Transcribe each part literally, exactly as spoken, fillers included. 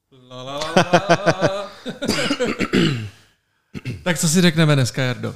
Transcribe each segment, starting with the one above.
La, la, la, la. Tak co si řekneme dneska, Jardo?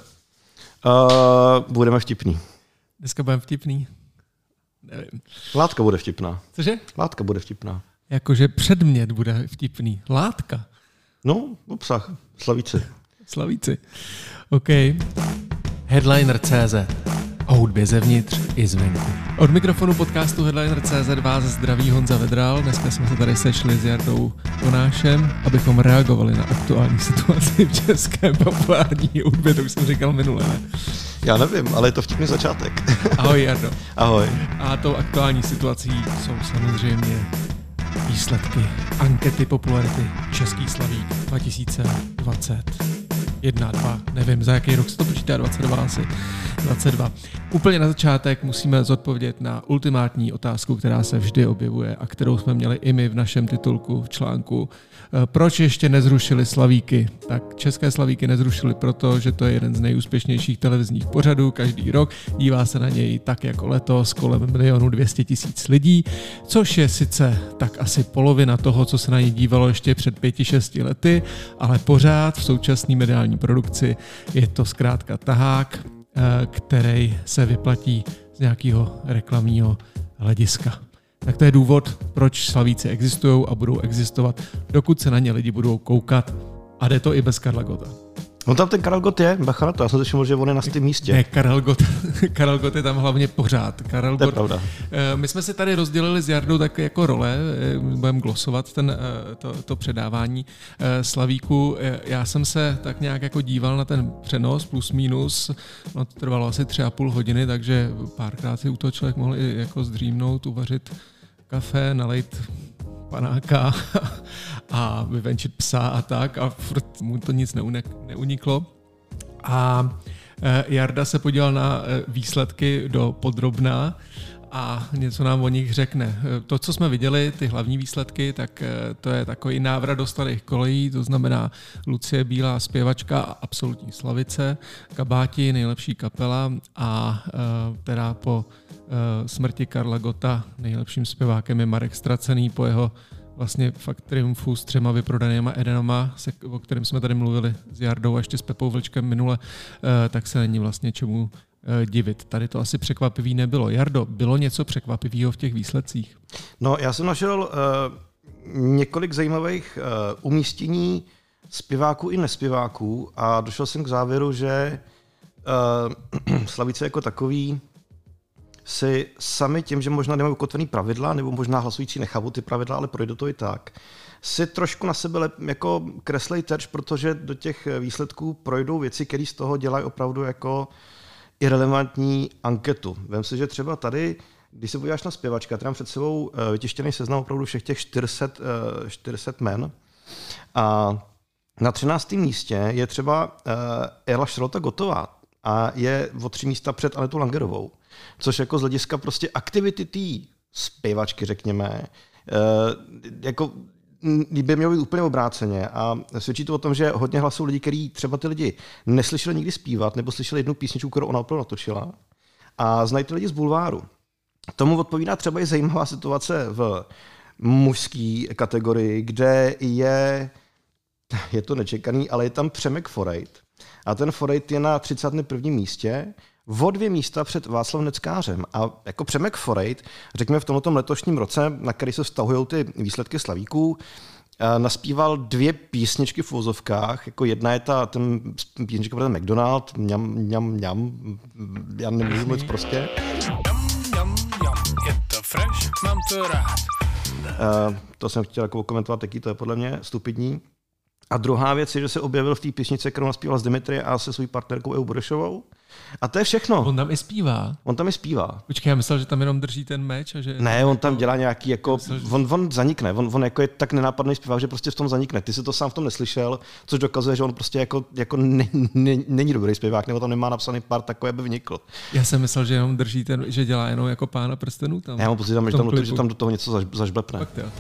Uh, budeme vtipný. Dneska budeme vtipný? Nevím. Látka bude vtipná. Cože? Látka bude vtipná. Jakože předmět bude vtipný. Látka? No, obsah. Slavíci. Slavíci. OK. Headliner tečka cé zet. O hudbě zevnitř i zvenku. Od mikrofonu podcastu Headliner tečka cé zet vás zdraví Honza Vedral. Dneska jsme se tady sešli s Jardou Jonášem, abychom reagovali na aktuální situaci v české populární hudbě. To už jsem říkal minule, ne? Já nevím, ale je to vtipný začátek. Ahoj, Jardo. Ahoj. A tou aktuální situací jsou samozřejmě výsledky ankety popularity Český Slavík dva tisíce dvacet jedna, dva, nevím, za jaký rok se to počítá, dvacet dva asi, dvacet dva. Úplně na začátek musíme zodpovědět na ultimátní otázku, která se vždy objevuje a kterou jsme měli i my v našem titulku, v článku. Proč ještě nezrušili Slavíky? Tak České Slavíky nezrušili proto, že to je jeden z nejúspěšnějších televizních pořadů každý rok. Dívá se na něj tak jako letos kolem milionu dvě stě tisíc lidí, což je sice tak asi polovina toho, co se na něj dívalo ještě před pěti, šesti lety, ale pořád v současné mediální produkci je to zkrátka tahák, který se vyplatí z nějakého reklamního hlediska. Tak to je důvod, proč Slavíci existují a budou existovat, dokud se na ně lidi budou koukat. A jde to i bez Karla Gotta. No tam ten Karel Gott je, bacha na to, já jsem si všiml, že on je na stém místě. Ne, Karel Gott, Karel Gott je tam hlavně pořád. Karel to je Gott, pravda. My jsme si tady rozdělili s Jardou tak jako role, budeme glosovat ten, to, to předávání Slavíku. Já jsem se tak nějak jako díval na ten přenos plus minus, no to trvalo asi tři a půl hodiny, takže párkrát si u toho člověk mohl i jako zdřímnout, uvařit kafe, nalejt panáka a vyvenčit psa a tak a furt mu to nic neuniklo. A Jarda se podíval na výsledky do podrobna a něco nám o nich řekne. To, co jsme viděli, ty hlavní výsledky, tak to je takový návrat do starých kolejí, to znamená Lucie Bílá, zpěvačka a absolutní slavice, Kabáti, nejlepší kapela a teda po smrti Karla Gotta nejlepším zpěvákem je Marek Stracený po jeho vlastně fakt triumfu s třema vyprodanýma Edenama, se, o kterém jsme tady mluvili s Jardou a ještě s Pepou Vlčkem minule, tak se není vlastně čemu divit. Tady to asi překvapivý nebylo. Jardo, bylo něco překvapivého v těch výsledcích? No, já jsem našel uh, několik zajímavých uh, umístění zpěváků i nespěváků a došel jsem k závěru, že uh, Slavíci jako takový si sami tím, že možná nemají ukotvený pravidla, nebo možná hlasující nechápou ty pravidla, ale projde to i tak, si trošku na sebe lep, jako kreslej terč, protože do těch výsledků projdou věci, které z toho dělají opravdu jako irelevantní anketu. Vem si, že třeba tady, když se podíváš na zpěvačka, tady mám před sebou vytištěný seznam opravdu všech těch čtyři sta men a na třináctém místě je třeba Ela Charlotte Gottová a je o tři místa před Anetou Langerovou. Což jako z hlediska prostě aktivity té zpěvačky, řekněme, jako by mělo být úplně obráceně a svědčí to o tom, že hodně hlasů lidí, kteří třeba ty lidi neslyšeli nikdy zpívat nebo slyšeli jednu písničku, kterou ona opravdu natočila a znají ty lidi z bulváru. Tomu odpovídá třeba i zajímavá situace v mužské kategorii, kde je, je to nečekaný, ale je tam Přemek Forejt a ten Forejt je na třicátém prvním místě, o dvě místa před Václavem Neckářem. A jako Přemek Forejt, řekněme v tomto letošním roce, na který se vztahují ty výsledky Slavíků, naspíval dvě písničky v uvozovkách. Jako jedna je ta ten písnička pro ten McDonald, mňam, mňam, mňam, já nemůžu mluvit prostě. Mňam, mňam, je to fresh, mám to rád. Uh, to jsem chtěl jako komentovat, jaký to je podle mě stupidní. A druhá věc je, že se objevil v té písničce, kterou naspíval s Dimitri a se svou partnerkou Evu Burešovou. A to je všechno. On tam i zpívá. On tam i zpívá. Počkej, já myslel, že tam jenom drží ten meč a že... Ne, on tam dělá nějaký jako... Myslel, že... on, on zanikne, on, on jako je tak nenápadný zpěvák, že prostě v tom zanikne. Ty jsi to sám v tom neslyšel, což dokazuje, že on prostě jako, jako ne, ne, není dobrý zpěvák, nebo tam nemá napsaný part takový, aby vnikl. Já jsem myslel, že jenom drží ten, že dělá jenom jako Pána prstenů tam. Já mám pocit, že tam, že tam do toho něco zaž, zažblepne. Fakt, jo.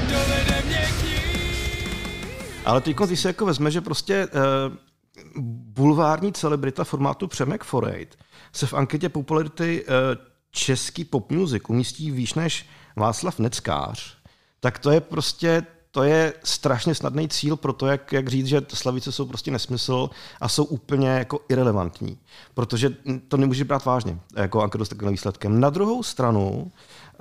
Ale teď, když se jako vezme, že prostě uh, bulvární celebrita formátu Přemek Forejt se v anketě popularity český pop music umístí výš než Václav Neckář, tak to je prostě to je strašně snadný cíl pro to, jak, jak říct, že Slavíci jsou prostě nesmysl a jsou úplně jako irelevantní, protože to nemůže brát vážně, jako anketu s takovým výsledkem. Na druhou stranu,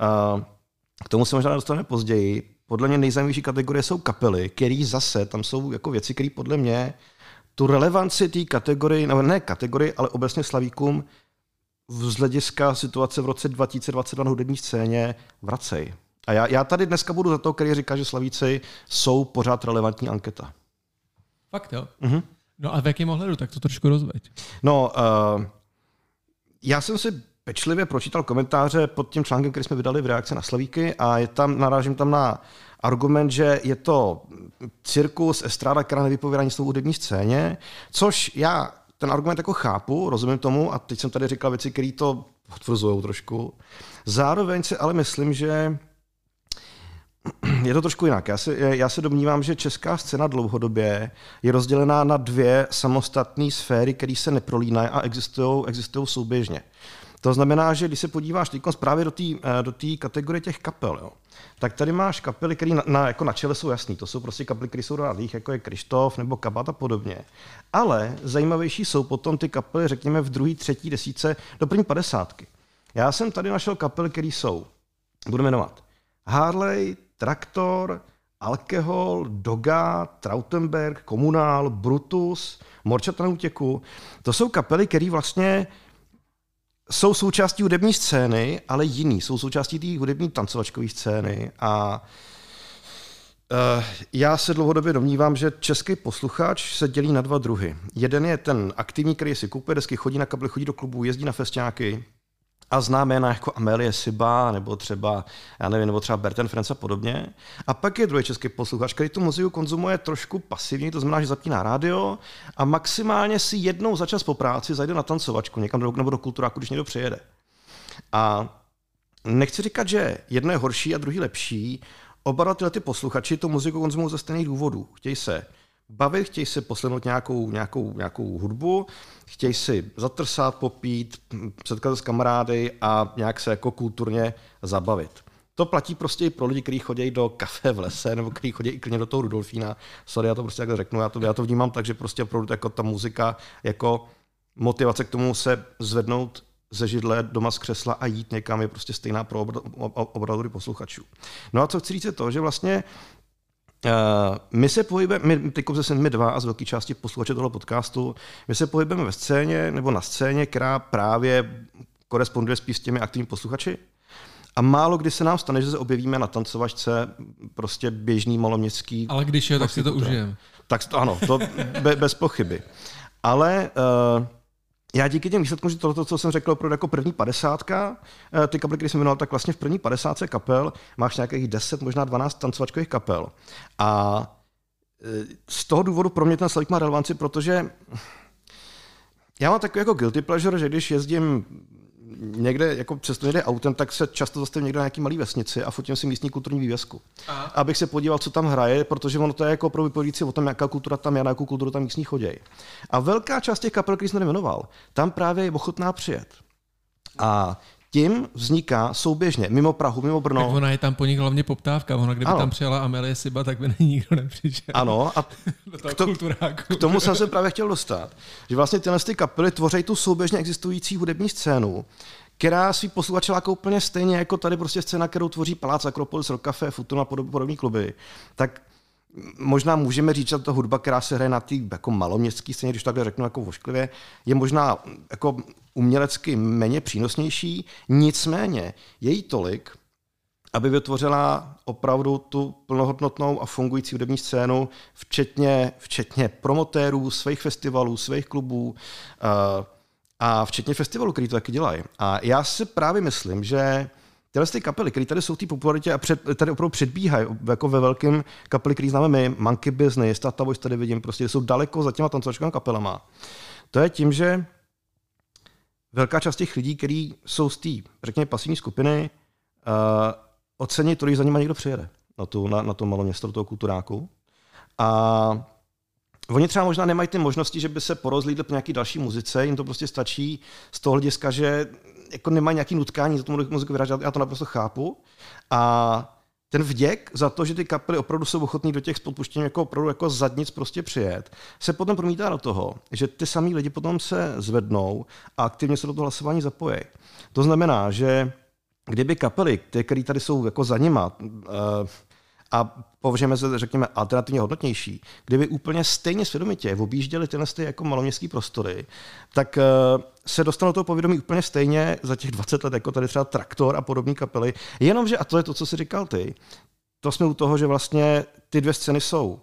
k tomu se možná dostaneme později, podle mě nejzajímavější kategorie jsou kapely, které zase, tam jsou jako věci, které podle mě tu relevanci té kategorie, nebo ne kategorie, ale obecně Slavíkům z hlediska situace v roce dva tisíce dvacet dva na hudební scéně vracej. A já, já tady dneska budu za to, který říká, že Slavíci jsou pořád relevantní anketa. Fakt jo? Mhm. No a v jakém ohledu? Tak to trošku rozveď. No, uh, já jsem si pečlivě pročítal komentáře pod tím článkem, který jsme vydali v reakci na Slavíky a je tam, narážím tam na argument, že je to cirkus, estráda, která nevypovídá nic o hudební scéně, což já ten argument jako chápu, rozumím tomu a teď jsem tady říkal věci, které to potvrzují trošku. Zároveň si ale myslím, že je to trošku jinak. Já se, já se domnívám, že česká scéna dlouhodobě je rozdělená na dvě samostatné sféry, které se neprolínají a existují existují souběžně. To znamená, že když se podíváš teď právě do té do té kategorie těch kapel, jo, tak tady máš kapely, které na, na, jako na čele jsou jasný. To jsou prostě kapely, které jsou rádých, jako je Krištof nebo Kabat a podobně. Ale zajímavější jsou potom ty kapely, řekněme, v druhé, třetí desítce do první padesátky. Já jsem tady našel kapely, které jsou, budu jmenovat, Harley, Traktor, Alkohol, Doga, Trautenberg, Komunál, Brutus, Morčata na útěku. To jsou kapely, které vlastně jsou součástí hudební scény, ale jiný. Jsou součástí té hudební tancovačkové scény. A uh, já se dlouhodobě domnívám, že český posluchač se dělí na dva druhy. Jeden je ten aktivní, který si kupuje desky, chodí na kapely, chodí do klubů, jezdí na festiáky a zná jména jako Amélie Siba, nebo třeba, já nevím, nebo třeba Berten Franz a podobně. A pak je druhý český posluchač, který tu muziku konzumuje trošku pasivně, to znamená, že zapíná rádio a maximálně si jednou za čas po práci zajde na tancovačku, někam do, nebo do kulturáku, když někdo přijede. A nechci říkat, že jedno je horší a druhý lepší. Oba tyhle ty posluchači tu muziku konzumují ze stejných důvodů. Chtějí se bavit, chtějí si poslechnout nějakou, nějakou, nějakou hudbu, chtějí si zatrsat, popít, setkat s kamarády a nějak se jako kulturně zabavit. To platí prostě i pro lidi, kteří chodí do kafe v lese, nebo kteří chodí i klidně do toho Rudolfína. Sorry, já to prostě takhle řeknu, já to, já to vnímám tak, že prostě opravdu jako ta muzika jako motivace k tomu se zvednout ze židle doma z křesla a jít někam je prostě stejná pro obradory posluchačů. No a co chci říct je to, že vlastně Uh, my se pohybujeme, my, teď zase my dva a z velké části posluchače tohle podcastu, my se pohybujeme ve scéně nebo na scéně, která právě koresponduje spíš s těmi aktivními posluchači. A málo kdy se nám stane, že se objevíme na tancovačce prostě běžný maloměstský. Ale když je, tak si to užijeme. Tak to, ano, to be, bez pochyby. Ale uh, já díky těm výsledkům, že tohle, co jsem řekl, opravdu jako první padesátka, ty kapely, které jsem jmenoval, tak vlastně v první padesátce kapel máš nějakých deset, možná dvanáct tancovačkových kapel. A z toho důvodu pro mě ten Slavík má relevanci, protože já mám takový jako guilty pleasure, že když jezdím někde, jako přesto někde autem, tak se často zastavím někde na nějaký malý vesnici a fotím si místní kulturní vývězku. A? Abych se podíval, co tam hraje, protože ono to je jako opravdu vypovídající o tom, jaká kultura tam je, na jakou kulturu tam místní chodí. A velká část těch kapel, který jsem nejmenoval, tam právě je ochotná přijet. A tím vzniká souběžně, mimo Prahu, mimo Brno. Tak ona je tam po nich hlavně poptávka. Ona, kdyby ano. tam přijela Amélie Siba, tak by nikdo nepřišel. Ano, a k, to, k tomu jsem se právě chtěl dostat. Že vlastně tyhle ty kapely tvoří tu souběžně existující hudební scénu, která svý posluchače láká úplně stejně jako tady prostě scéna, kterou tvoří Palác, Akropolis, Rock Café, Futuna a podobné kluby. Tak možná můžeme říct, že ta hudba, která se hraje na té jako maloměstské scéně, když to takhle řeknu jako vošklivě, je možná jako umělecky méně přínosnější, nicméně je jí tolik, aby vytvořila opravdu tu plnohodnotnou a fungující hudební scénu, včetně, včetně promotérů, svých festivalů, svých klubů uh, a včetně festivalů, který to taky dělají. A já si právě myslím, že tyhle ty kapely, které tady jsou v té popularitě a před, tady opravdu předbíhají, jako ve velkém kapely, který známe my, Monkey Business, Tata Voice tady vidím, prostě jsou daleko za těma tancovačkovými kapelama. To je tím, že velká část těch lidí, kteří jsou z té, řekněme, pasivní skupiny, uh, ocení to, když za nima někdo přijede na, tu, na, na to malo město, do toho kulturáku. A oni třeba možná nemají ty možnosti, že by se porozlídli po nějaký další muzice, jim to prostě stačí z toho hlediska, že jako nemají nějaký nutkání za tu muziku vyrážet, já to naprosto chápu. A ten vděk za to, že ty kapely opravdu jsou ochotní do těch spolupuštění jako opravdu jako zadnic prostě přijet, se potom promítá do toho, že ty samý lidi potom se zvednou a aktivně se do toho hlasování zapojí. To znamená, že kdyby kapely, které tady jsou jako za nima, a považujeme se, řekněme, alternativně hodnotnější, kdyby úplně stejně svědomitě objížděli tyhle jako maloměstské prostory, tak se dostanou toho povědomí úplně stejně za těch dvacet let, jako tady třeba Traktor a podobné kapely. Jenomže, a to je to, co jsi říkal ty, to jsme u toho, že vlastně ty dvě scény jsou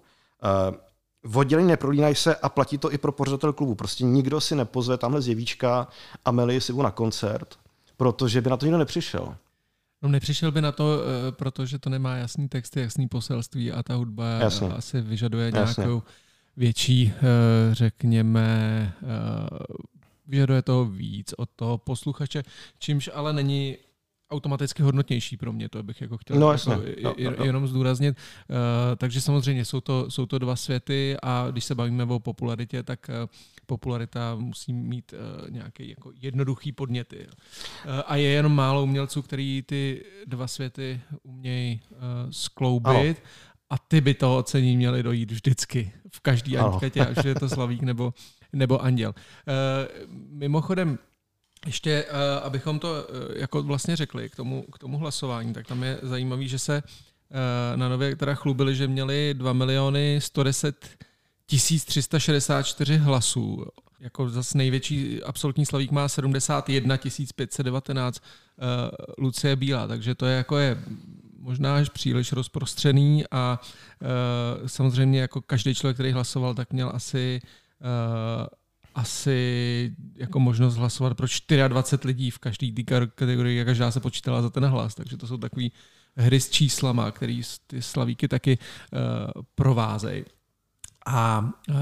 v oddělení, neprolínají se a platí to i pro pořadatel klubu. Prostě nikdo si nepozve tamhle z Jevíčka a Meli si na koncert, protože by na to nikdo nepřišel. No nepřišel by na to, protože to nemá jasný texty, jasný poselství a ta hudba Jasně. asi vyžaduje Jasně. nějakou větší, řekněme, vyžaduje toho víc od toho posluchače, čímž ale není automaticky hodnotnější pro mě, to bych jako chtěl no, jako no, no, no. jenom zdůraznit. Uh, takže samozřejmě jsou to, jsou to dva světy a když se bavíme o popularitě, tak uh, popularita musí mít uh, nějaké jako jednoduchý podněty. Uh, a je jenom málo umělců, který ty dva světy umějí uh, skloubit. Ano. A ty by toho ocení měli dojít vždycky v každý anketě, až je to Slavík nebo, nebo Anděl. Uh, mimochodem, ještě, uh, abychom to uh, jako vlastně řekli k tomu, k tomu hlasování, tak tam je zajímavý, že se uh, na Nově teda chlubili, že měli dva miliony sto deset tisíc tři sta šedesát čtyři hlasů. Jako zase největší absolutní Slavík má sedmdesát jedna tisíc pět set devatenáct, uh, Lucie Bílá, takže to je jako je možná až příliš rozprostřený a uh, samozřejmě jako každý člověk, který hlasoval, tak měl asi uh, asi jako možnost hlasovat pro dvacet čtyři lidí v každé té kategorii, a každá se počítala za ten hlas, takže to jsou takový hry s číslama, který ty Slavíky taky uh, provázejí. A uh,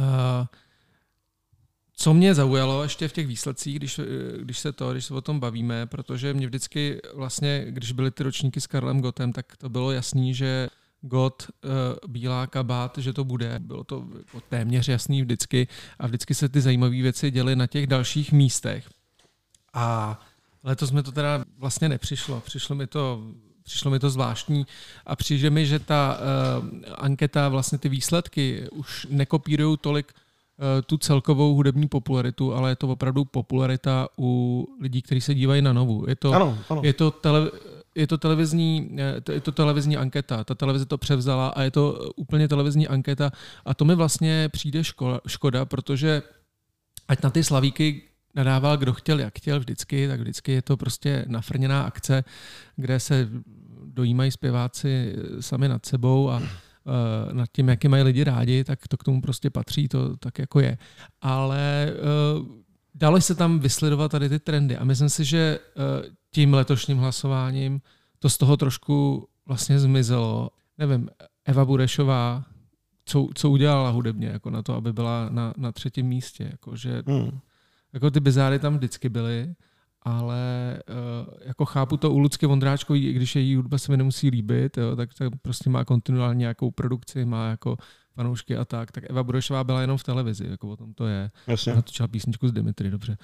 co mě zaujalo ještě v těch výsledcích, když, když se to, když se o tom bavíme, protože mě vždycky vlastně, když byly ty ročníky s Karlem Gottem, tak to bylo jasný, že Gott, Bílá, Kabát, že to bude. Bylo to téměř jasný vždycky a vždycky se ty zajímavé věci děly na těch dalších místech. A letos mi to teda vlastně nepřišlo. Přišlo mi to, přišlo mi to zvláštní a přijde mi, že ta uh, anketa, vlastně ty výsledky už nekopírují tolik uh, tu celkovou hudební popularitu, ale je to opravdu popularita u lidí, kteří se dívají na Novu. Je to, ano, ano. Je to tele, Je to, televizní, je to televizní anketa, ta televize to převzala a je to úplně televizní anketa a to mi vlastně přijde škoda, škoda, protože ať na ty Slavíky nadával kdo chtěl, jak chtěl vždycky, tak vždycky je to prostě nafrněná akce, kde se dojímají zpěváci sami nad sebou a uh, nad tím, jaký mají lidi rádi, tak to k tomu prostě patří, to tak jako je. Ale uh, dalo se tam vysledovat tady ty trendy a myslím si, že uh, tím letošním hlasováním to z toho trošku vlastně zmizelo. Nevím, Eva Burešová, co, co udělala hudebně jako na to, aby byla na, na třetím místě. Jako, že, hmm. jako ty bizáry tam vždycky byly, ale uh, jako chápu to u Lucky Vondráčkový, i když její hudba se mi nemusí líbit, jo, tak, tak prostě má kontinuálně nějakou produkci, má jako fanoušky a tak, tak Eva Burešová byla jenom v televizi, jako o tom to je. Jasně. Natočila písničku s Dimitry, dobře.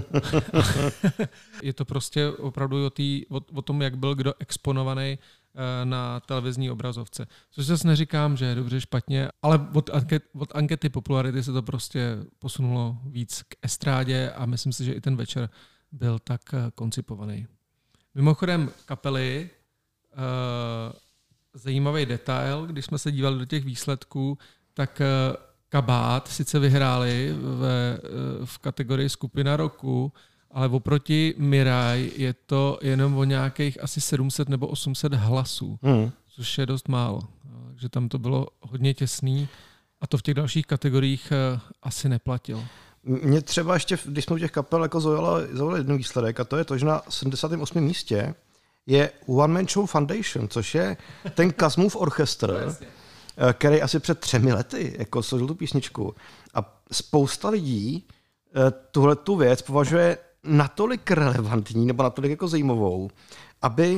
Je to prostě opravdu o, tý, o, o tom, jak byl kdo exponovaný na televizní obrazovce. Což zase neříkám, že je dobře, špatně, ale od, anket, od ankety popularity se to prostě posunulo víc k estrádě a myslím si, že i ten večer byl tak koncipovaný. Mimochodem kapely, uh, zajímavý detail, když jsme se dívali do těch výsledků, tak Kabát sice vyhráli ve, v kategorii skupina roku, ale oproti Miraj je to jenom o nějakých asi sedm set nebo osm set hlasů, hmm. což je dost málo. Takže tam to bylo hodně těsný a to v těch dalších kategoriích asi neplatilo. Mě třeba ještě, když jsme u těch kapel, jako zaujala, zaujala jeden výsledek a to je to, že na sedmdesátém osmém místě je One Man Show Foundation, což je ten Kazmův orchestr, který asi před třemi lety jako složil tu písničku. A spousta lidí tuhle tu věc považuje natolik relevantní nebo natolik jako zajímavou, aby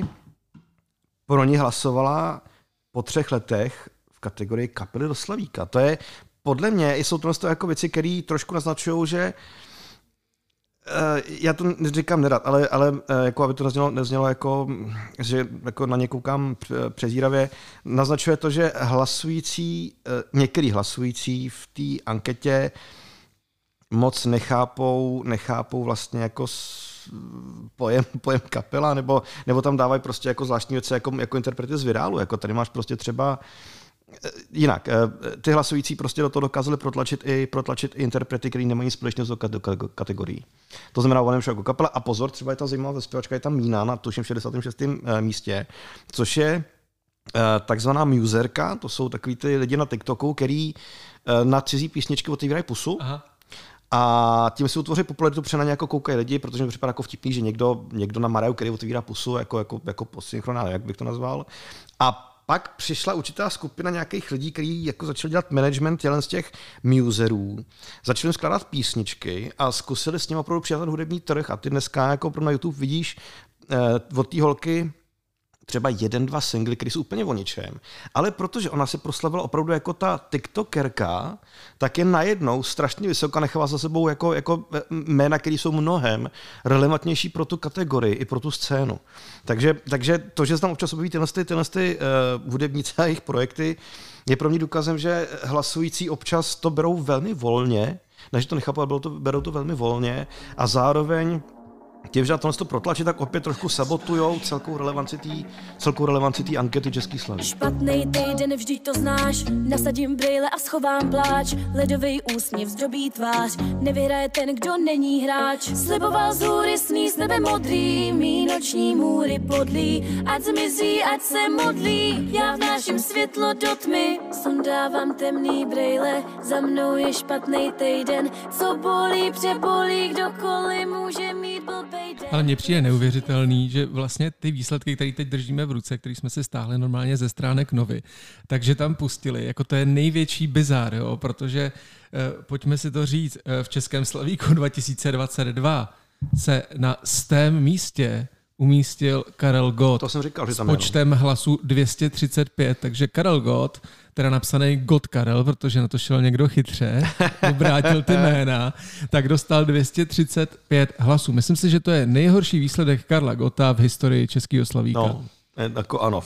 pro ní hlasovala po třech letech v kategorii kapely do Slavíka. To je podle mě jsou to jako věci, které trošku naznačují, že uh, já to neříkám nerad, ale, ale uh, jako aby to neznělo, neznělo jako, že jako na ně koukám přezíravě, naznačuje to, že hlasující, uh, některý hlasující v té anketě moc nechápou, nechápou vlastně jako pojem, pojem kapela, nebo, nebo tam dávají prostě jako zvláštní věci jako, jako interprety z virálu. Jako tady máš prostě třeba jinak. Ty hlasující prostě do toho dokázali protlačit i, protlačit i interprety, který nemají společnost do kategorií. To znamená One jako kapela. A pozor, třeba je ta zajímavá zpěvačka, je tam Mína na tuším šedesátém šestém místě, což je takzvaná muserka, to jsou takový ty lidi na TikToku, který na cizí písničky otevírají pusu. Aha. A tím si utvoří popularitu, protože na ně jako koukají lidi, protože mi připadá jako vtipný, že někdo, někdo na Mariah Carey otevírá pusu jako, jako, jako posynchronál, jak bych to nazval. A pak přišla určitá skupina nějakých lidí, kteří jako začali dělat management tělen z těch muserů, začali skládat písničky a zkusili s ním opravdu přijat hudební trh. A ty dneska jako na YouTube vidíš eh, od té holky třeba jeden, dva singly, které jsou úplně o ničem, ale protože ona se proslavila opravdu jako ta tiktokerka, tak je najednou strašně vysoká, nechává za sebou jako, jako jména, které jsou mnohem relevantnější pro tu kategorii i pro tu scénu. Takže, takže to, že tam občas objeví tyhle, tyhle uh, hudebníci a jejich projekty, je pro mě důkazem, že hlasující občas to berou velmi volně, než to nechápu, ale to, berou to velmi volně a zároveň tím, že na tohle to protlačí, tak opět trošku sabotujou celkou relevanci té celkou relevanci té ankety Český Slaví. Špatnej týden, vždyť to znáš, nasadím brýle a schovám pláč, ledový úsměv zdobí tvář, nevyhraje ten, kdo není hráč. Sliboval z hůry sní s nebe modrý, mý noční můry podlí, ať zmizí, ať se modlí, já vnáším světlo do tmy, sondávám temný brýle, za mnou je špatnej týden, co bolí, přebolí, kdokoliv může mít blbý. Ale mně přijde neuvěřitelný, že vlastně ty výsledky, které teď držíme v ruce, které jsme si stáhli normálně ze stránek Novy, takže tam pustili, jako to je největší bizár, jo, protože eh, pojďme si to říct, eh, v Českém Slavíku dva tisíce dvacet dva se na stém místě umístil Karel Gott. To jsem říkal, že tam s počtem hlasů dvě stě třicet pět, takže Karel Gott, teda napsaný Gott Karel, protože na to šel někdo chytře, obrátil ty jména, tak dostal dvě stě třicet pět hlasů. Myslím si, že to je nejhorší výsledek Karla Gotta v historii Českého Slavíka. No, jako ano.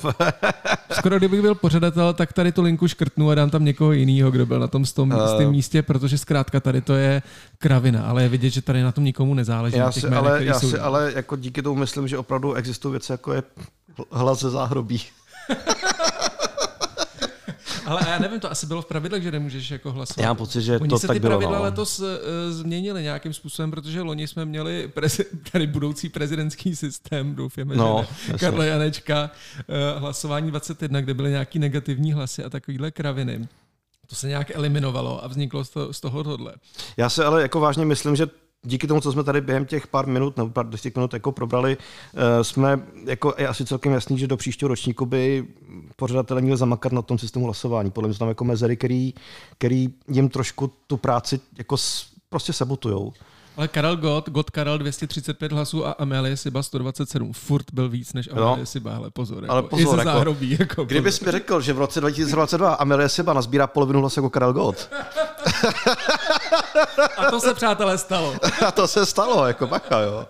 Skoro kdybych byl pořadatel, tak tady tu linku škrtnu a dám tam někoho jiného, kdo byl na tom stém uh, místě, protože zkrátka tady to je kravina, ale je vidět, že tady na tom nikomu nezáleží. Já si, jménech, ale, já si ale jako díky tomu myslím, že opravdu existují věci, jako je hlas ze záhrobí. Ale já nevím, to asi bylo v pravidlech, že nemůžeš jako hlasovat. Já mám pocit, že Oni to se tak ty bylo. pravidla No. letos uh, změnili nějakým způsobem, protože loni jsme měli prezi- tady budoucí prezidentský systém, doufáme, no, že ne. Karla Janečka, uh, hlasování dvacet jedna, kde byly nějaký negativní hlasy a takovýhle kraviny. To se nějak eliminovalo a vzniklo z, to, z toho tohle. Já se ale jako vážně myslím, že díky tomu, co jsme tady během těch pár minut nebo pár desítek minut jako probrali, jsme jako je asi celkem jasný, že do příštího ročníku by pořadatelé měli zamakat na tom systému hlasování. Podle mě jsou tam jako mezery, který, který jim trošku tu práci jako prostě sabotujou. Ale Karel Gott, Gott Karel dvě stě třicet pět hlasů a Amélie Siba sto dvacet sedm. Furt byl víc než Amélie no. Siba, ale pozor. Jako, ale pozor, jako, záhrobí, jako kdybys mi řekl, že v roce dva tisíce dvacet dva Amélie Siba nazbírá polovinu hlasů jako Karel Gott. A to se, přátelé, stalo. A to se stalo, jako bacha, jo.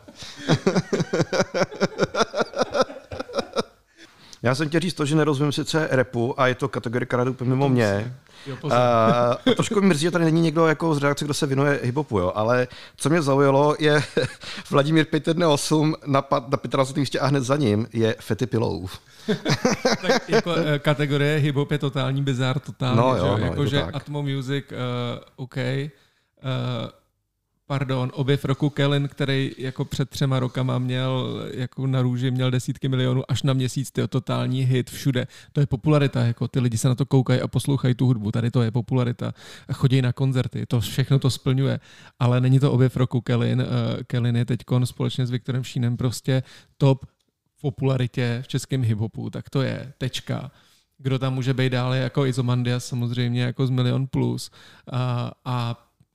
Já jsem chtěl říct to, že nerozumím sice rapu a je to kategorie, která jde úplně mimo mě. Jo, uh, trošku mi mrzí, že tady není někdo jako z redakce, kdo se věnuje hiphopu, jo. Ale co mě zaujalo je Vladimír pět jedna osm na, na dvacátém místě a hned za ním je Fetty Pillow. Tak jako kategorie hip-hop je totální bizár, totální, no, jo, že? No, jako, že tak. Atmo Music, uh, OK, uh, pardon, objev roku Kellen, který jako před třema rokama měl jako na růži, měl desítky milionů až na měsíc, tyjo, totální hit všude. To je popularita, jako ty lidi se na to koukají a poslouchají tu hudbu, tady to je popularita. Chodí na koncerty, to všechno to splňuje, ale není to objev roku Kellen. Uh, Kellen je teďkon společně s Viktorem Šínem prostě top v popularitě v českém hiphopu, tak to je tečka. Kdo tam může být dále jako Izomandias samozřejmě jako z Milion Plus a, a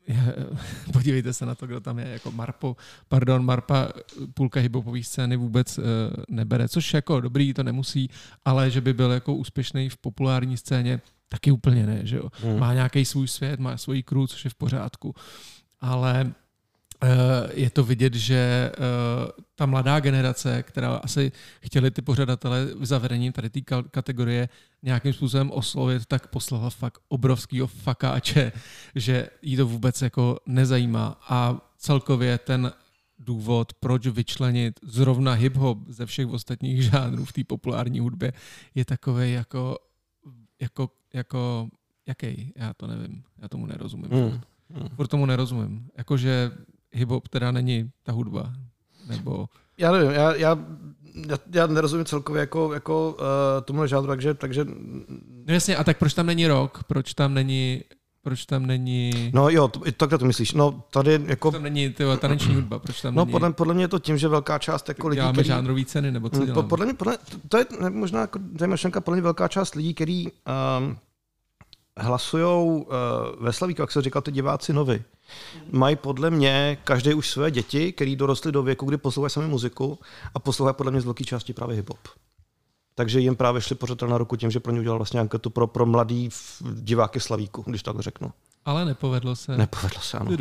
je, podívejte se na to, kdo tam je, jako Marpo, pardon, Marpa půlka hiphopový scény vůbec uh, nebere, což jako dobrý, to nemusí, ale že by byl jako úspěšný v populární scéně, taky úplně ne, že jo. Hmm. Má nějaký svůj svět, má svoji crew, což je v pořádku, ale uh, je to vidět, že uh, ta mladá generace, která asi chtěli ty pořadatele zavedením tady té kategorie nějakým způsobem oslovit, tak poslala fakt obrovskýho fakáče, že jí to vůbec jako nezajímá. A celkově ten důvod, proč vyčlenit zrovna hip-hop ze všech ostatních žánrů v té populární hudbě, je takovej jako, jako, jako jaký? Já to nevím. Já tomu nerozumím. Hmm. Furt tomu nerozumím. Jakože hip-hop teda není ta hudba. Nebo... Já nevím, já, já, já, já nerozumím celkově jako, jako uh, tomu žánru, takže, takže... No jasně, a tak proč tam není rock? Proč tam není... Proč tam není... No jo, to, takhle to myslíš. No tady jako... Proč tam není tyhle, taneční hudba? Proč tam no není... podle, podle mě je to tím, že velká část jako lidí, děláme který... žánrový ceny, nebo co děláme? Podle mě, podle, to je možná jako myšlenka, podle mě velká část lidí, který um, hlasujou uh, ve Slavíku, jak se říkal, ty diváci novy. Mají podle mě každý už své děti, který dorostly do věku, kdy poslouchají sami muziku a poslouchají podle mě z velké části právě hip-hop. Takže jim právě šli pořadatel na ruku tím, že pro ně udělal vlastně anketu pro, pro mladý diváky Slavíku, když tak řeknu. Ale nepovedlo se. Nepovedlo se, ano.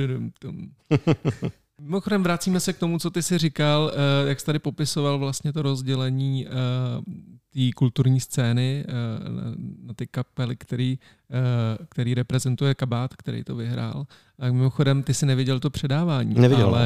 Mimochodem vracíme se k tomu, co ty jsi říkal, jak jsi tady popisoval vlastně to rozdělení té kulturní scény na ty kapely, který, který reprezentuje Kabát, který to vyhrál. A mimochodem ty jsi neviděl to předávání. Neviděl. Ale,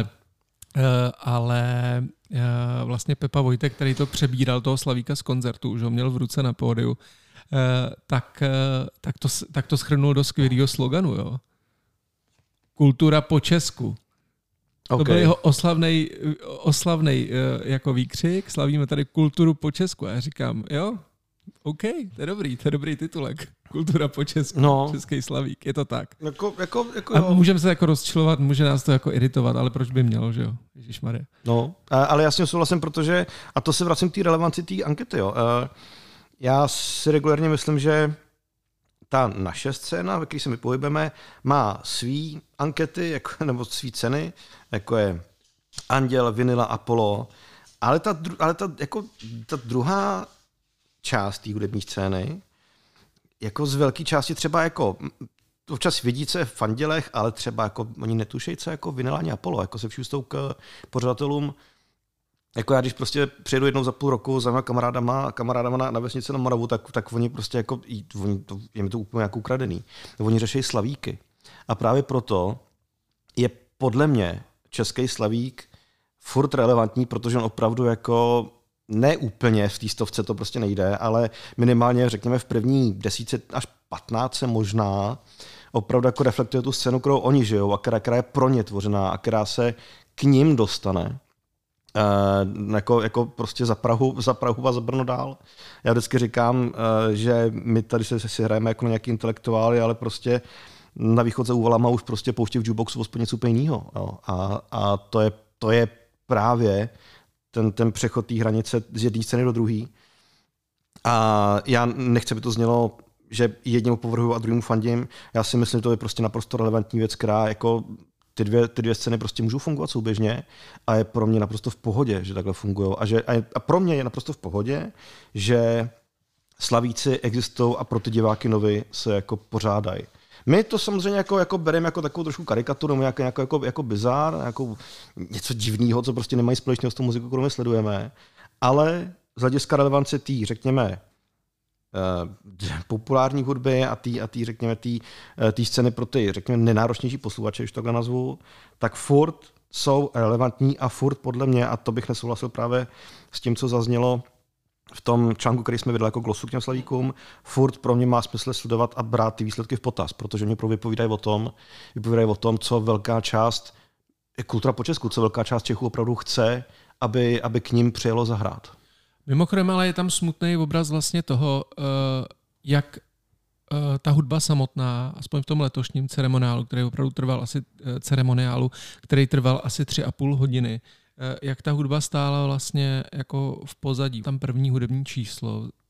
ale vlastně Pepa Vojtek, který to přebíral toho Slavíka z koncertu, že ho měl v ruce na pódiu, tak, tak, to, tak to shrnul do skvělého sloganu. Jo? Kultura po česku. Okay. To byl jeho oslavnej, oslavnej jako výkřik, slavíme tady kulturu po česku. A já říkám, jo, OK, to je dobrý, to je dobrý titulek. Kultura po česku, no. Český Slavík, je to tak. Jako, jako, jako, a můžeme se jako rozčilovat, může nás to jako iritovat, ale proč by mělo, že jo? Ježišmarja. No, ale já s tím souhlasím, protože, a to se vracím k té relevanci té ankety, jo. Já si regulérně myslím, že ta naše scéna, ve které se my pohybujeme, má svý ankety, jako, nebo svý ceny, jako je Anděl, Vinyla, Apollo, ale ta, ale ta, jako, ta druhá část té hudební scény, jako z velké části třeba jako, občas vidí, co je v Andělech, ale třeba jako, oni netušejí, co je jako Vinyla ani Apollo, jako se všustou k pořadatelům. Jako já, když prostě přijedu jednou za půl roku za mými kamarádama, kamarádama na, na vesnici na Moravu, tak, tak oni prostě jako, oni to, je mi to úplně jako ukradený. Oni řeší slavíky. A právě proto je podle mě český slavík furt relevantní, protože on opravdu jako ne úplně v té stovce to prostě nejde, ale minimálně řekněme v první desítce až patnáctce možná opravdu jako reflektuje tu scénu, kterou oni žijou a která, která je pro ně tvořená a která se k ním dostane. Uh, jako, jako prostě za Prahu, za Prahu a za Brno dál. Já vždycky říkám, uh, že my tady se si hrajeme jako na nějaký intelektuály, ale prostě na východ za úvalama už prostě pouští v jukeboxu aspoň něco úplně jiného. A, a to, je, to je právě ten, ten přechod té hranice z jedné scény do druhé. A já nechci, aby to znělo, že jednému povrhuju a druhému fandím. Já si myslím, že to je prostě naprosto relevantní věc, která jako Ty dvě, ty dvě scény prostě můžou fungovat souběžně a je pro mě naprosto v pohodě, že takhle fungují. A, že, a pro mě je naprosto v pohodě, že slavíci existují a pro ty diváky nový se jako pořádají. My to samozřejmě jako, jako bereme jako takovou trošku karikaturu, jako, jako, jako, jako bizár, jako něco divného, co prostě nemají společného s tou muzikou, kterou my sledujeme, ale z hlediska relevance tý, řekněme, Uh, populární hudby a tý, a tý řekněme, tý, uh, tý scény pro ty, řekněme, nenáročnější posluchače, když takhle nazvu, tak furt jsou relevantní a furt podle mě, a to bych nesouhlasil právě s tím, co zaznělo v tom článku, který jsme vydali jako glosu k těm slavíkům, furt pro mě má smysl sledovat a brát ty výsledky v potaz, protože mě vypovídají o tom, vypovídají o tom, co velká část, kultura po Česku, co velká část Čechů opravdu chce, aby, aby k ním přijelo zahrát. Mimochodem, ale je tam smutný obraz vlastně toho, jak ta hudba samotná, aspoň v tom letošním ceremoniálu, který opravdu trval asi ceremoniálu, který trval asi tři a půl hodiny, jak ta hudba stála vlastně jako v pozadí. Tam první hudební číslo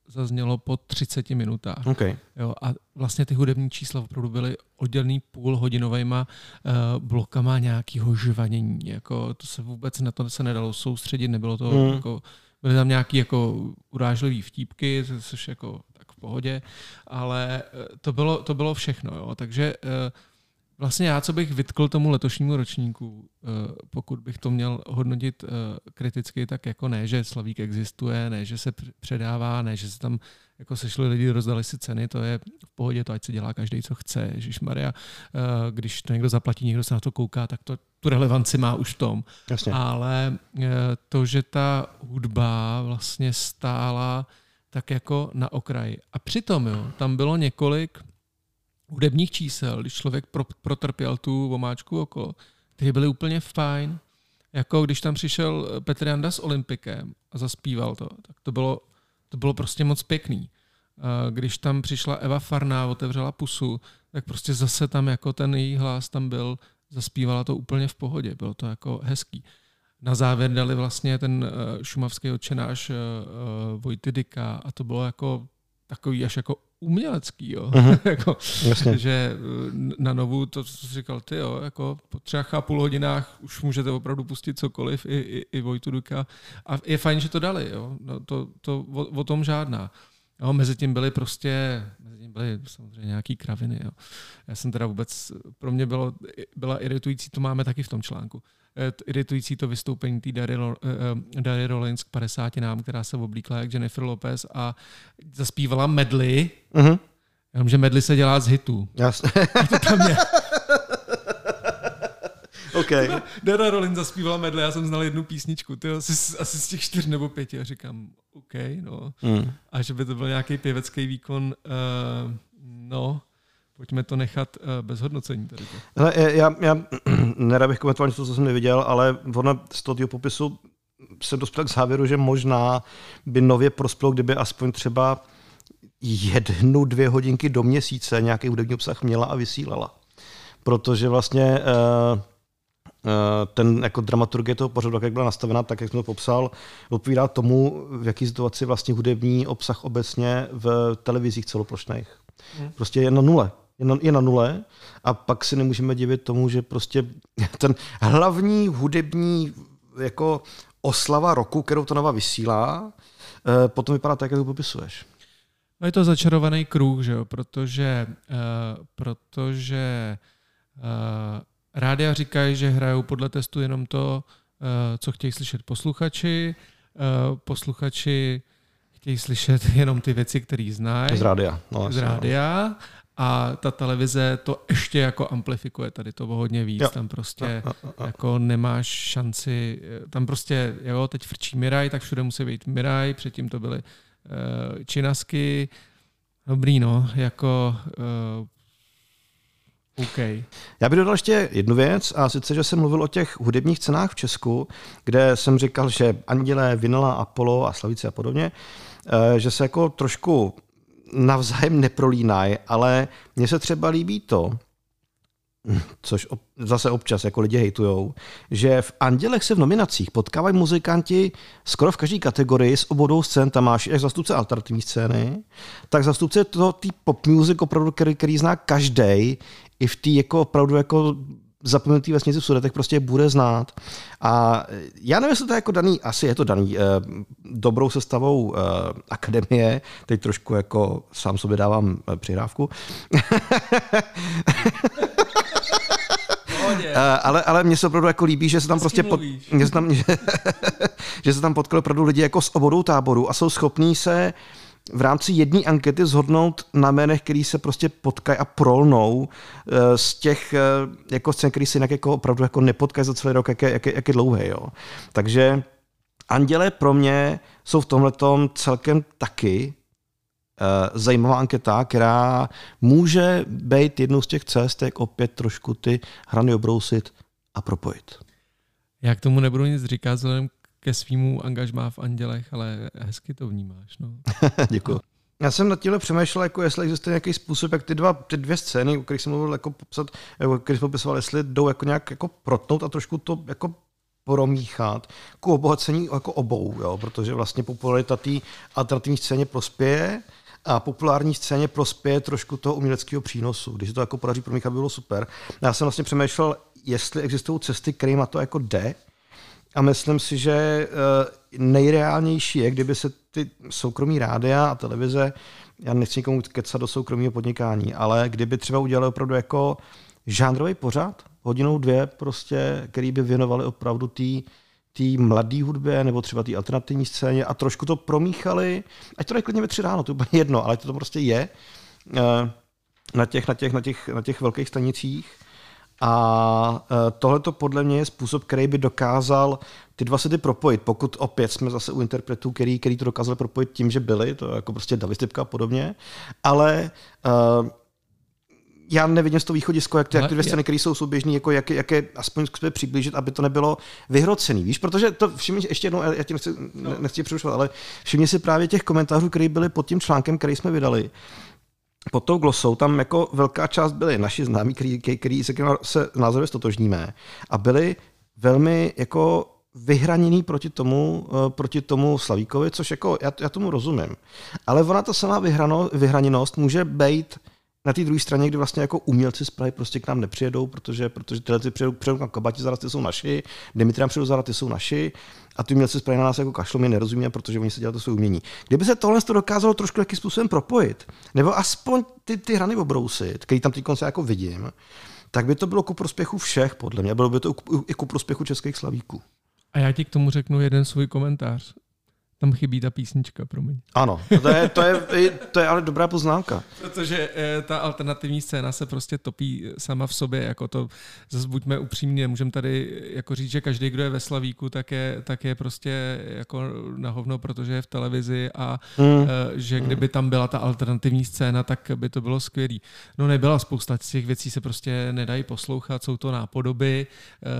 zaznělo po třiceti minutách. Okay. Jo, a vlastně ty hudební čísla opravdu byly oddělený půlhodinovejma uh, blokama nějakého žvanění. Jako, to se vůbec na to se nedalo soustředit, nebylo to mm. jako, byly tam nějaké jako urážlivé vtípky, což jako tak v pohodě, ale to bylo, to bylo všechno. Jo. Takže uh, vlastně já, co bych vytkl tomu letošnímu ročníku, pokud bych to měl hodnotit kriticky, tak jako ne, že Slavík existuje, ne, že se předává, ne, že se tam jako sešli lidi, rozdali si ceny, to je v pohodě, to ať se dělá každý, co chce. Ježišmarja, když to někdo zaplatí, někdo se na to kouká, tak to tu relevanci má už v tom. Jasně. Ale to, že ta hudba vlastně stála tak jako na okraji. A přitom, jo, tam bylo několik hudebních čísel, když člověk pro, protrpěl tu omáčku okolo, ty byly úplně fajn. Jako když tam přišel Petr Janda s Olympikem a zaspíval to, tak to bylo, to bylo prostě moc pěkný. Když tam přišla Eva Farná, otevřela pusu, tak prostě zase tam jako ten její hlas tam byl, zaspívala to úplně v pohodě, bylo to jako hezký. Na závěr dali vlastně ten šumavský otčenáš Vojty Dyka a to bylo jako takový až jako umělecký, jo. Uh-huh. jako, že na Novu to, co jsi říkal ty, jo, jako po třech a půl hodinách už můžete opravdu pustit cokoliv, i, i, i Vojtu Duka. A je fajn, že to dali, jo. No, to, to o, o tom žádná. Jo, mezi tím byly prostě, mezi tím byly samozřejmě nějaký kraviny, jo. Já jsem teda vůbec, pro mě bylo, byla iritující, to máme taky v tom článku, iritující to vystoupení té Dary, Dary Rollins k padesátinám, která se oblíkla jak Jennifer Lopez a zaspívala medley, uh-huh. jenomže medley se dělá z hitů. Jasně. To tam je. Okay. Dara Rollins zaspívala medley, já jsem znal jednu písničku, tyjo, asi, asi z těch čtyř nebo pěti a říkám, OK, no. Mm. A že by to byl nějaký pěvecký výkon, uh, no, pojďme to nechat uh, bez hodnocení tady. Hele, já, já nerad bych komentoval něco, co jsem neviděl, ale ono z toho popisu jsem dospěl k závěru, že možná by nově prospělo, kdyby aspoň třeba jednu, dvě hodinky do měsíce nějaký hudební obsah měla a vysílala. Protože vlastně uh, ten jako dramaturgie toho pořadu, jak byla nastavena, tak jak jsem to popsal, odpovídá tomu, v jaký situaci vlastně hudební obsah obecně v televizích celoplošných. Hmm. Prostě je na nule. Je na, je na nule a pak si nemůžeme divit tomu, že prostě ten hlavní hudební jako oslava roku, kterou to Nova vysílá, potom vypadá tak, jak to popisuješ. No je to začarovaný kruh, že jo? Protože, uh, protože uh, rádia říkají, že hrajou podle testu jenom to, uh, co chtějí slyšet posluchači. Uh, posluchači chtějí slyšet jenom ty věci, které znají. Z rádia. No, z rádia. A ta televize to ještě jako amplifikuje tady to hodně víc. Jo. Tam prostě jo, jo, jo. jako nemáš šanci. Tam prostě, jo, teď frčí Miraj, tak všude musí být Miraj. Předtím to byly uh, činasky. Dobrý, no, jako uh, OK. Já bych dodal ještě jednu věc, a sice, že jsem mluvil o těch hudebních cenách v Česku, kde jsem říkal, že Andělé, Vinela, Apollo a Slavíci a podobně, že se jako trošku navzájem neprolínají, ale mně se třeba líbí to, což zase občas jako lidi hejtujou, že v Andělech se v nominacích potkávají muzikanti skoro v každé kategorii z obou scén. Tam máš jak zastupce alternativní scény, tak zastupce toho tý pop music opravdu, který, který zná každej, i v té jako opravdu jako zapomenutý vesnici v Sudetech prostě bude znát. A já nevím, jestli to je jako daný, asi je to daný eh, dobrou sestavou eh, akademie, teď trošku jako sám sobě dávám eh, přihrávku. Uh, ale, ale mně se opravdu jako líbí, že se tam prostě pod, že se tam, že, že se tam potkali opravdu lidi jako z obou táborů a jsou schopní se v rámci jedné ankety zhodnout na jménech, který se prostě potkají a prolnou uh, z těch uh, jako scén, který se jinak jako opravdu jako nepotkají za celý rok, jak je, jak je, jak je dlouhý. Jo. Takže Anděle pro mě jsou v tomhletom celkem taky Uh, zajímavá anketa, která může být jednou z těch cest, jak opět trošku ty hrany obrousit a propojit. Já k tomu nebudu nic říkat vzhledem ke svýmu angažmá v Andělech, ale hezky to vnímáš. No. Děkuji. Já jsem nad tímhle přemýšlel, jako jestli existuje nějaký způsob, jak ty, dva, ty dvě scény, o kterých jsem mluvil, jako popsat, jako, který jsem popisoval, jestli jdou jako nějak jako protnout a trošku to jako promíchat ku obohacení jako obou, jo? Protože vlastně popularita té alternativní scéně prospěje a populární scéně prospěje trošku toho uměleckého přínosu. Když se to jako podaří promíchat, by bylo super. Já jsem vlastně přemýšlel, jestli existují cesty, kterýma to jako jde, a myslím si, že nejreálnější je, kdyby se ty soukromí rádia a televize, já nechci nikomu kecat do soukromého podnikání, ale kdyby třeba udělali opravdu jako žánrový pořad, hodinou dvě prostě, který by věnovali opravdu té tý mladé hudbě nebo třeba té alternativní scéně a trošku to promíchali, ať to neklidně ve tři ráno, to je úplně jedno, ale to, to prostě je na těch, na těch, na těch, na těch velkých stanicích. A tohle to podle mě je způsob, který by dokázal ty dva sety propojit. Pokud opět jsme zase u interpretů, který, který to dokázali propojit tím, že byli, to je jako prostě David Stipka a podobně, ale uh, já nevidím z toho východisko, jak ty, jak ty dvě scény, které jsou souběžné, jako jak, jak je aspoň k přiblížit, aby to nebylo vyhrocený, víš? Protože to všimni ještě jednou, já tě nechci, ne, nechci přerušovat, ale všimni si právě těch komentářů, které byly pod tím článkem, který jsme vydali. Pod tou glosou tam jako velká část byli naši známí, který, který se, se názorově stotožníme a byli velmi jako vyhraněný proti tomu, proti tomu Slavíkovi, což jako já, já tomu rozumím. Ale ona ta samá vyhrano, vyhraněnost může být na té druhé straně, kdy vlastně jako umělci z Prahy prostě k nám nepřijedou, protože, protože tyhle ty přijedou, přijedou na Kabati, zaraz ty jsou naši, Dimitri nám přijedou, zaraz ty jsou naši a ty umělci z Prahy na nás jako kašlou, my nerozumíme, protože oni se dělají to své umění. Kdyby se tohle to dokázalo trošku jakým způsobem propojit, nebo aspoň ty, ty hrany obrousit, který tam teď konce jako vidím, tak by to bylo ku prospěchu všech, podle mě, bylo by to i ku prospěchu českých Slavíků. A já ti k tomu řeknu jeden svůj komentář. Tam chybí ta písnička, promiň. Ano, to je, to je, to je ale dobrá poznámka. Protože ta alternativní scéna se prostě topí sama v sobě, jako to, zase buďme upřímně, můžeme tady jako říct, že každý, kdo je ve Slavíku, tak je, tak je prostě jako na hovno, protože je v televizi a mm. že kdyby tam byla ta alternativní scéna, tak by to bylo skvělý. No nebyla, spousta z těch věcí se prostě nedají poslouchat, jsou to nápodoby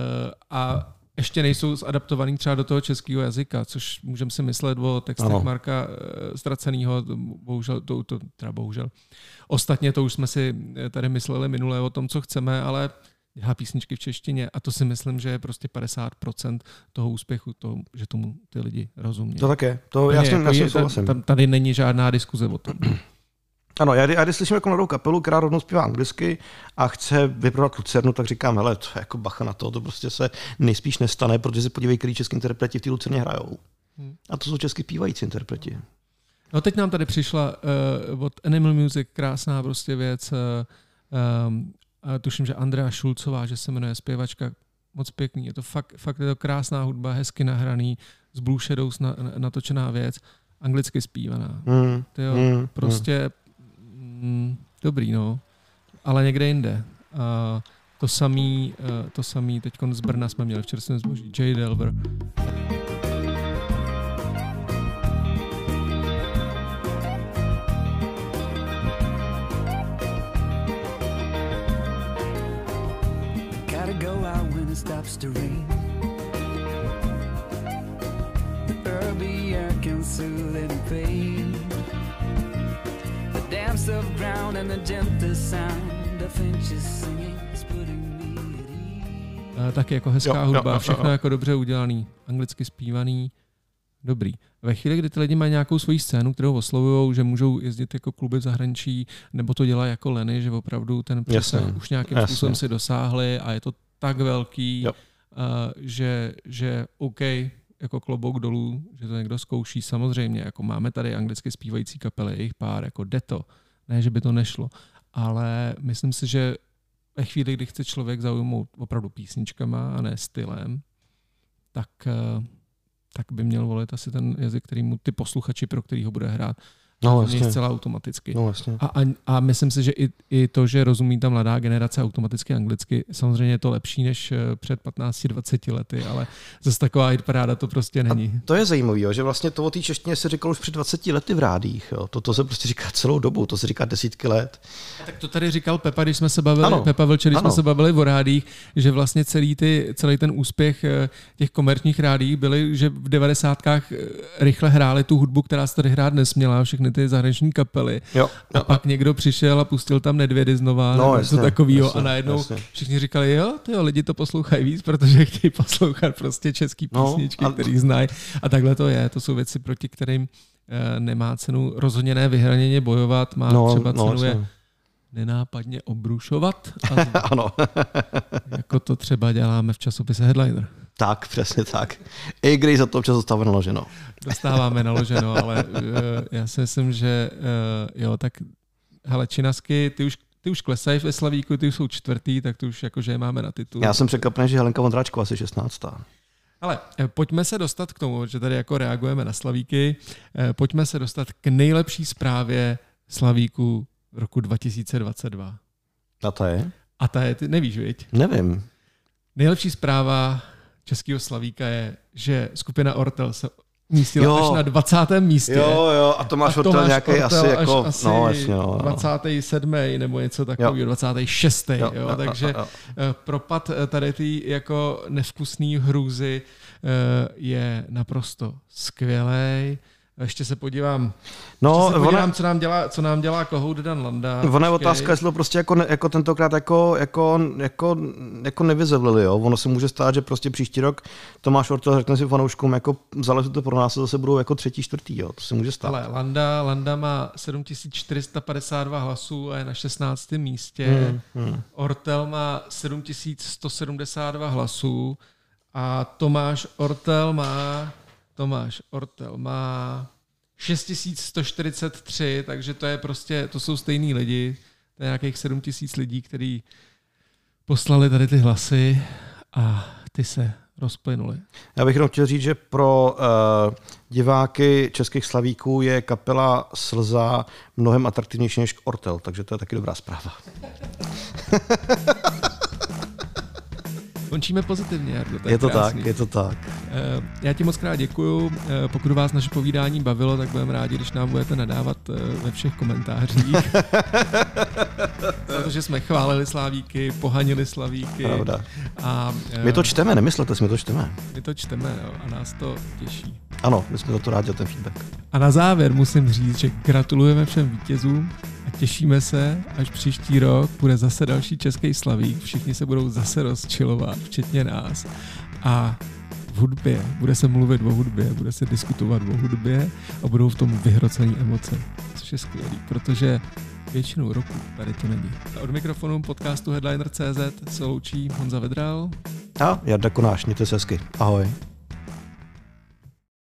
a ještě nejsou zadaptovaný třeba do toho českého jazyka, což můžeme si myslet o textech ano. Marka Ztracenýho, bohužel, to, to, teda bohužel. Ostatně to už jsme si tady mysleli minule o tom, co chceme, ale dělá písničky v češtině a to si myslím, že je prostě padesát procent toho úspěchu, toho, že tomu ty lidi rozumí. To také, to já s tím jako souhlasím. Tady není žádná diskuze o tom. Ano, já, já když slyším jako mladou kapelu, která rovnou zpívá anglicky a chce vyprodat Lucernu, tak říkám, hele, to je jako bacha na to, to prostě se nejspíš nestane, protože si podívej, který český interpreti v té Lucerně hrajou. Hmm. A to jsou česky zpívající interpreti. No teď nám tady přišla uh, od Animal Music krásná prostě věc, uh, um, uh, tuším, že Andrea Šulcová, že se jmenuje zpěvačka, moc pěkný, je to fakt, fakt je to krásná hudba, hezky nahraný, s Blue Shadows na, na, natočená věc, anglicky zpívaná. Hmm. Tyjo, hmm. Prostě Mm, dobrý, no. Ale někde jinde. Uh, to samý, uh, to samý teď z Brna jsme měli v čerstvém zboží. Jay Delver. Gotta go out when it stops to rain. The early air can soothe in pain. Dance of ground and the gentle sound of finches singing is putting me at ease. Tak jako hezká jo, hudba, jo, všechno jo, jo. Jako dobře udělaný, anglicky zpívaný, dobrý. Ve chvíli, kdy ty lidi mají nějakou svoji scénu, kterou oslovujou, že můžou jezdit jako kluby v zahraničí, nebo to dělá jako Lenny, že opravdu ten přesah už nějakým jasně. způsobem si dosáhli a je to tak velký, uh, že, že OK, jako klobouk dolů, že to někdo zkouší. Samozřejmě, jako máme tady anglicky zpívající kapely, jejich pár, jako jde to. Ne, že by to nešlo. Ale myslím si, že ve chvíli, kdy chce člověk zaujmout opravdu písničkama a ne stylem, tak, tak by měl volit asi ten jazyk, který mu ty posluchači, pro který ho bude hrát, no, vlastně. Zcela automaticky. No, vlastně. a, a, a myslím si, že i, i to, že rozumí ta mladá generace automaticky anglicky, samozřejmě je to lepší než před patnácti dvaceti lety, ale zase taková hitparáda to prostě není. A to je zajímavé, že vlastně to o té češtině se říkalo už před dvaceti lety v rádích. Jo. To, to se prostě říká celou dobu, to se říká desítky let. A tak to tady říkal Pepa, když jsme se bavili, ano. Pepa Vlče, když ano. jsme se bavili o rádích, že vlastně celý, ty, celý ten úspěch těch komerčních rádích byly, že v devadesátkách rychle hráli tu hudbu, která se tady hrát nesměla, všechny všechny ty zahraniční kapely. Jo, jo. A pak někdo přišel a pustil tam Nedvědy znova, no, nebo jasně, něco takovýho jasně, a najednou jasně. všichni říkali, jo, tyjo, lidi to poslouchají víc, protože chtějí poslouchat prostě český písničky, no, a... který znají. A takhle to je, to jsou věci, proti kterým e, nemá cenu rozhodně ne vyhraněně bojovat, má no, třeba no, cenu je jasně. nenápadně obrušovat. A ano. jako to třeba děláme v časopise Headliner. Tak, přesně tak. I když za to občas dostáváme naloženo. Dostáváme naloženo, ale uh, já si myslím, že uh, jo, tak hele, Činasky, ty už, ty už klesají ve Slavíku, ty už jsou čtvrtý, tak to už jakože je máme na titul. Já jsem překvapený, že Helenka Vondráčková asi šestnáctá. Ale pojďme se dostat k tomu, že tady jako reagujeme na Slavíky, pojďme se dostat k nejlepší zprávě Slavíku roku dva tisíce dvacet dva. A ta je? A ta je, ty nevíš, viď? Nevím. Nejlepší zpráva českého Slavíka je, že skupina Ortel se umístila jo. až na dvacátém místě. Jo, jo, a Tomáš a Ortel nějaký asi jako, asi no, jasně, no, no. dvacátý sedmý nebo něco takového, dvacátý šestý Jo, jo, jo, takže jo, jo. propad tady ty jako nevkusný hrůzy je naprosto skvělej. Ještě se podívám, no, se podívám ona, co, nám dělá, co nám dělá Kohout Dan Landa. Ona je otázka, jestli to prostě jako, ne, jako tentokrát jako, jako, jako, jako nevyzevlili, jo. Ono se může stát, že prostě příští rok Tomáš Ortel řekne si fanouškům, jako vzali to pro nás a zase budou jako třetí, čtvrtý, jo. To se může stát. Ale Landa, Landa má sedm tisíc čtyři sta padesát dva hlasů a je na šestnáctém místě. Hmm, hmm. Ortel má sedm tisíc sto sedmdesát dva hlasů a Tomáš Ortel má Tomáš Ortel má šest tisíc sto čtyřicet tři, takže to je prostě, to jsou stejný lidi, to je nějakých sedm tisíc lidí, kteří poslali tady ty hlasy a ty se rozplynuli. Já bych jenom chtěl říct, že pro uh, diváky českých Slavíků je kapela Slza mnohem atraktivnější než Ortel, takže to je taky dobrá zpráva. Končíme pozitivně, Jardo, to je, je to krásný. tak, je to tak. Já ti moc krát děkuju. Pokud vás naše povídání bavilo, tak budeme rádi, když nám budete nadávat ve všech komentářích. Protože jsme chválili Slavíky, pohanili Slavíky. Pravda. A, my to čteme, nemyslete si, my to čteme. My to čteme, jo, a nás to těší. Ano, my jsme za to rádi za ten feedback. A na závěr musím říct, že gratulujeme všem vítězům a těšíme se, až příští rok bude zase další český Slavík. Všichni se budou zase rozčilovat, včetně nás. A v hudbě, bude se mluvit o hudbě, bude se diskutovat o hudbě a budou v tom vyhrocené emoce, což je skvělý, protože většinou roku tady to není. A od mikrofonu podcastu Headliner tečka cé zet se loučí Honza Vedral a Jarda Konáš, mějte se hezky. Ahoj.